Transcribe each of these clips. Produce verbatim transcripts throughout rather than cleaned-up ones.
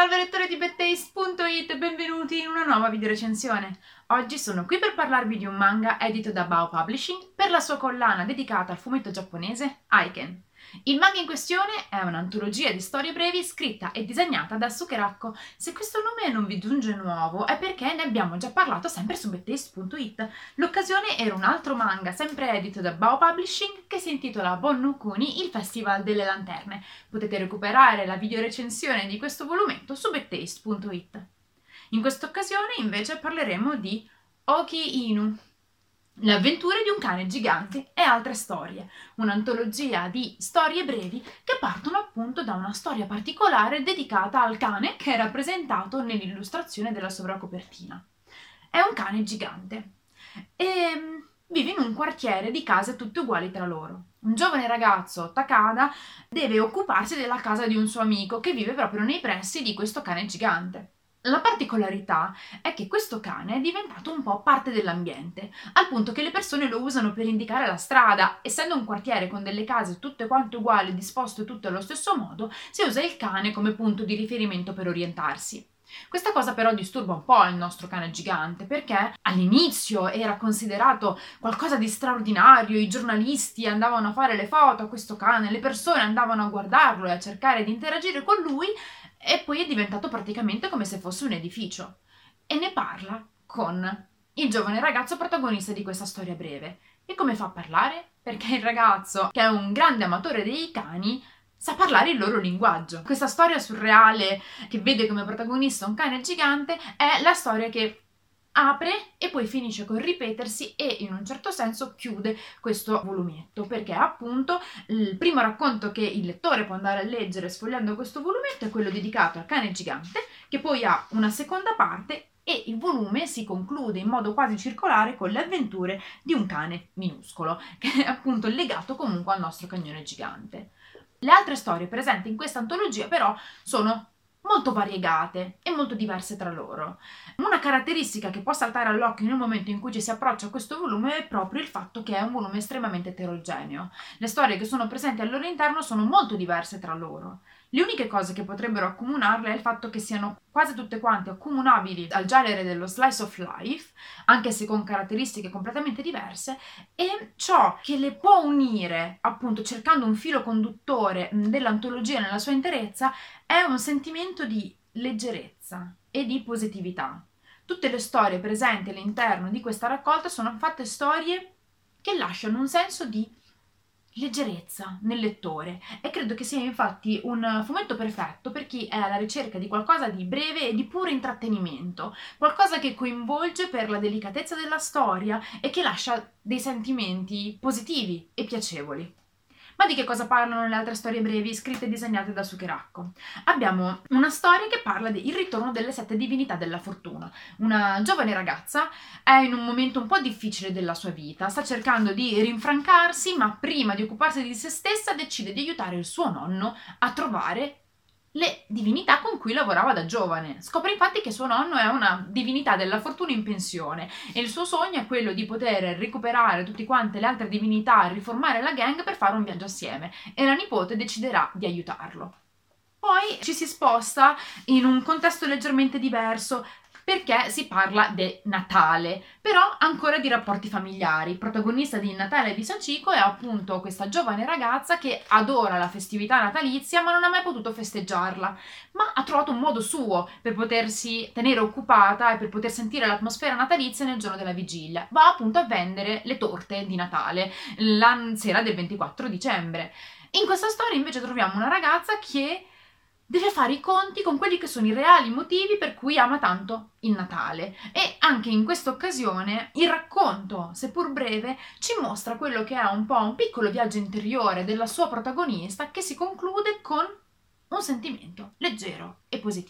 Salve lettori di bad taste punto it e benvenuti in una nuova video recensione. Oggi sono qui per parlarvi di un manga edito da Bao Publishing per la sua collana dedicata al fumetto giapponese Aiken. Il manga in questione è un'antologia di storie brevi scritta e disegnata da Sukerako. Se questo nome non vi giunge nuovo è perché ne abbiamo già parlato sempre su bad taste punto it. L'occasione era un altro manga sempre edito da Bao Publishing che si intitola Bonnu Kuni, il Festival delle Lanterne. Potete recuperare la video recensione di questo volumetto su bad taste punto it. In questa occasione invece parleremo di Oki Inu, le avventure di un cane gigante e altre storie, un'antologia di storie brevi che partono appunto da una storia particolare dedicata al cane che è rappresentato nell'illustrazione della sovracopertina. È un cane gigante e vive in un quartiere di case tutte uguali tra loro. Un giovane ragazzo, Takada, deve occuparsi della casa di un suo amico che vive proprio nei pressi di questo cane gigante. La particolarità è che questo cane è diventato un po' parte dell'ambiente, al punto che le persone lo usano per indicare la strada. Essendo un quartiere con delle case tutte quante uguali, disposte tutte allo stesso modo, si usa il cane come punto di riferimento per orientarsi. Questa cosa però disturba un po' il nostro cane gigante, perché all'inizio era considerato qualcosa di straordinario, i giornalisti andavano a fare le foto a questo cane, le persone andavano a guardarlo e a cercare di interagire con lui, e poi è diventato praticamente come se fosse un edificio. E ne parla con il giovane ragazzo protagonista di questa storia breve. E come fa a parlare? Perché il ragazzo, che è un grande amatore dei cani, sa parlare il loro linguaggio. Questa storia surreale che vede come protagonista un cane gigante è la storia che apre e poi finisce col ripetersi e in un certo senso chiude questo volumetto, perché appunto il primo racconto che il lettore può andare a leggere sfogliando questo volumetto è quello dedicato al cane gigante, che poi ha una seconda parte e il volume si conclude in modo quasi circolare con le avventure di un cane minuscolo, che è appunto legato comunque al nostro cagnone gigante. Le altre storie presenti in questa antologia però sono molto variegate e molto diverse tra loro. Una caratteristica che può saltare all'occhio nel momento in cui ci si approccia a questo volume è proprio il fatto che è un volume estremamente eterogeneo. Le storie che sono presenti al loro interno sono molto diverse tra loro. Le uniche cose che potrebbero accomunarle è il fatto che siano quasi tutte quante accomunabili al genere dello slice of life, anche se con caratteristiche completamente diverse, e ciò che le può unire, appunto cercando un filo conduttore dell'antologia nella sua interezza, è un sentimento di leggerezza e di positività. Tutte le storie presenti all'interno di questa raccolta sono fatte storie che lasciano un senso di leggerezza nel lettore e credo che sia infatti un fumetto perfetto per chi è alla ricerca di qualcosa di breve e di puro intrattenimento, qualcosa che coinvolge per la delicatezza della storia e che lascia dei sentimenti positivi e piacevoli. Ma di che cosa parlano le altre storie brevi scritte e disegnate da Sukerako? Abbiamo una storia che parla del ritorno delle sette divinità della fortuna. Una giovane ragazza è in un momento un po' difficile della sua vita, sta cercando di rinfrancarsi, ma prima di occuparsi di se stessa decide di aiutare il suo nonno a trovare le divinità con cui lavorava da giovane. Scopre infatti che suo nonno è una divinità della fortuna in pensione e il suo sogno è quello di poter recuperare tutte quante le altre divinità e riformare la gang per fare un viaggio assieme, e la nipote deciderà di aiutarlo. Poi ci si sposta in un contesto leggermente diverso, perché si parla di Natale, però ancora di rapporti familiari. Il protagonista di Natale di Sachiko è appunto questa giovane ragazza che adora la festività natalizia ma non ha mai potuto festeggiarla, ma ha trovato un modo suo per potersi tenere occupata e per poter sentire l'atmosfera natalizia nel giorno della vigilia. Va appunto a vendere le torte di Natale la sera del ventiquattro dicembre. In questa storia invece troviamo una ragazza che deve fare i conti con quelli che sono i reali motivi per cui ama tanto il Natale, e anche in questa occasione il racconto, seppur breve, ci mostra quello che è un po' un piccolo viaggio interiore della sua protagonista che si conclude con un sentimento leggero e positivo.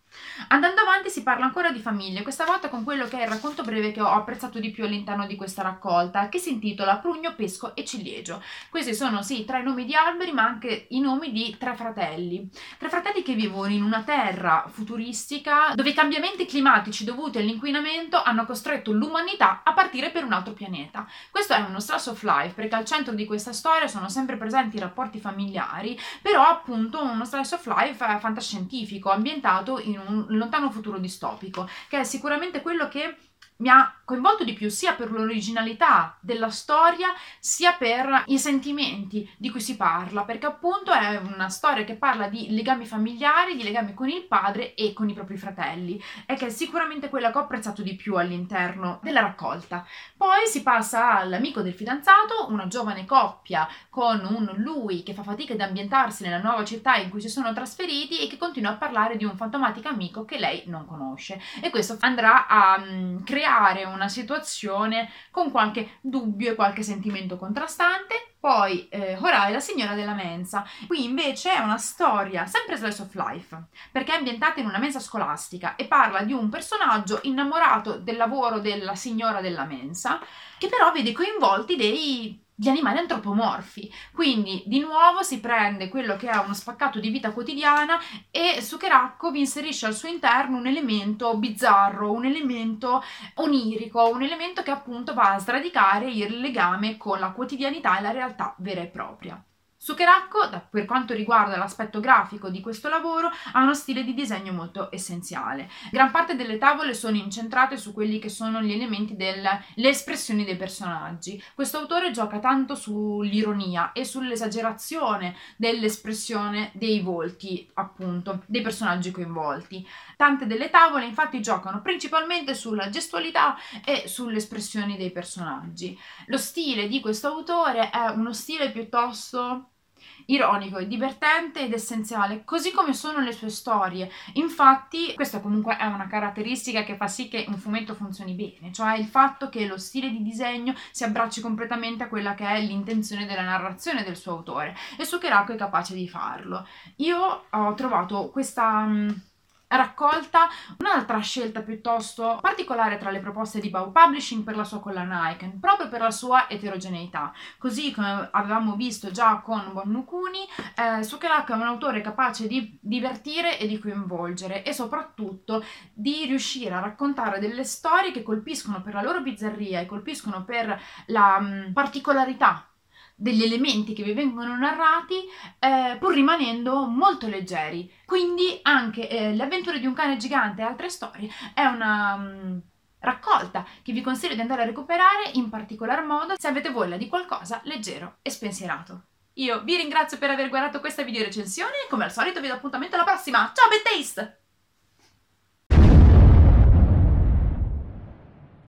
Andando avanti si parla ancora di famiglie, questa volta con quello che è il racconto breve che ho apprezzato di più all'interno di questa raccolta, che si intitola Prugno, Pesco e Ciliegio. Questi sono sì tre nomi di alberi, ma anche i nomi di tre fratelli. Tre fratelli che vivono in una terra futuristica dove i cambiamenti climatici dovuti all'inquinamento hanno costretto l'umanità a partire per un altro pianeta. Questo è uno slice of life, perché al centro di questa storia sono sempre presenti i rapporti familiari, però appunto uno slice of life fantascientifico, ambientato in un lontano futuro distopico, che è sicuramente quello che mi ha coinvolto di più, sia per l'originalità della storia, sia per i sentimenti di cui si parla, perché appunto è una storia che parla di legami familiari, di legami con il padre e con i propri fratelli, e che è sicuramente quella che ho apprezzato di più all'interno della raccolta. Poi si passa all'amico del fidanzato, una giovane coppia con un lui che fa fatica ad ambientarsi nella nuova città in cui si sono trasferiti e che continua a parlare di un fantomatico amico che lei non conosce, e questo andrà a um, creare una situazione con qualche dubbio e qualche sentimento contrastante. Poi eh, Horai, la signora della mensa. Qui invece è una storia sempre slice of life, perché è ambientata in una mensa scolastica e parla di un personaggio innamorato del lavoro della signora della mensa, che però vede coinvolti dei gli animali antropomorfi. Quindi di nuovo si prende quello che è uno spaccato di vita quotidiana e Sukerako vi inserisce al suo interno un elemento bizzarro, un elemento onirico, un elemento che appunto va a sradicare il legame con la quotidianità e la realtà vera e propria. Sukerako, per quanto riguarda l'aspetto grafico di questo lavoro, ha uno stile di disegno molto essenziale. Gran parte delle tavole sono incentrate su quelli che sono gli elementi delle espressioni dei personaggi. Questo autore gioca tanto sull'ironia e sull'esagerazione dell'espressione dei volti, appunto, dei personaggi coinvolti. Tante delle tavole infatti giocano principalmente sulla gestualità e sulle espressioni dei personaggi. Lo stile di questo autore è uno stile piuttosto ironico e divertente ed essenziale, così come sono le sue storie. Infatti questa comunque è una caratteristica che fa sì che un fumetto funzioni bene, cioè il fatto che lo stile di disegno si abbracci completamente a quella che è l'intenzione della narrazione del suo autore, e Sukerako è capace di farlo. Io ho trovato questa mh, raccolta un'altra scelta piuttosto particolare tra le proposte di Bao Publishing per la sua collana Aiken, proprio per la sua eterogeneità. Così come avevamo visto già con Bon no-Kuni, eh, Sukerako è un autore capace di divertire e di coinvolgere, e soprattutto di riuscire a raccontare delle storie che colpiscono per la loro bizzarria e colpiscono per la mh, particolarità degli elementi che vi vengono narrati, eh, pur rimanendo molto leggeri. Quindi anche eh, Le avventure di un cane gigante e altre storie è una um, raccolta che vi consiglio di andare a recuperare, in particolar modo se avete voglia di qualcosa leggero e spensierato. Io vi ringrazio per aver guardato questa video recensione e come al solito vi do appuntamento alla prossima. Ciao, bad taste!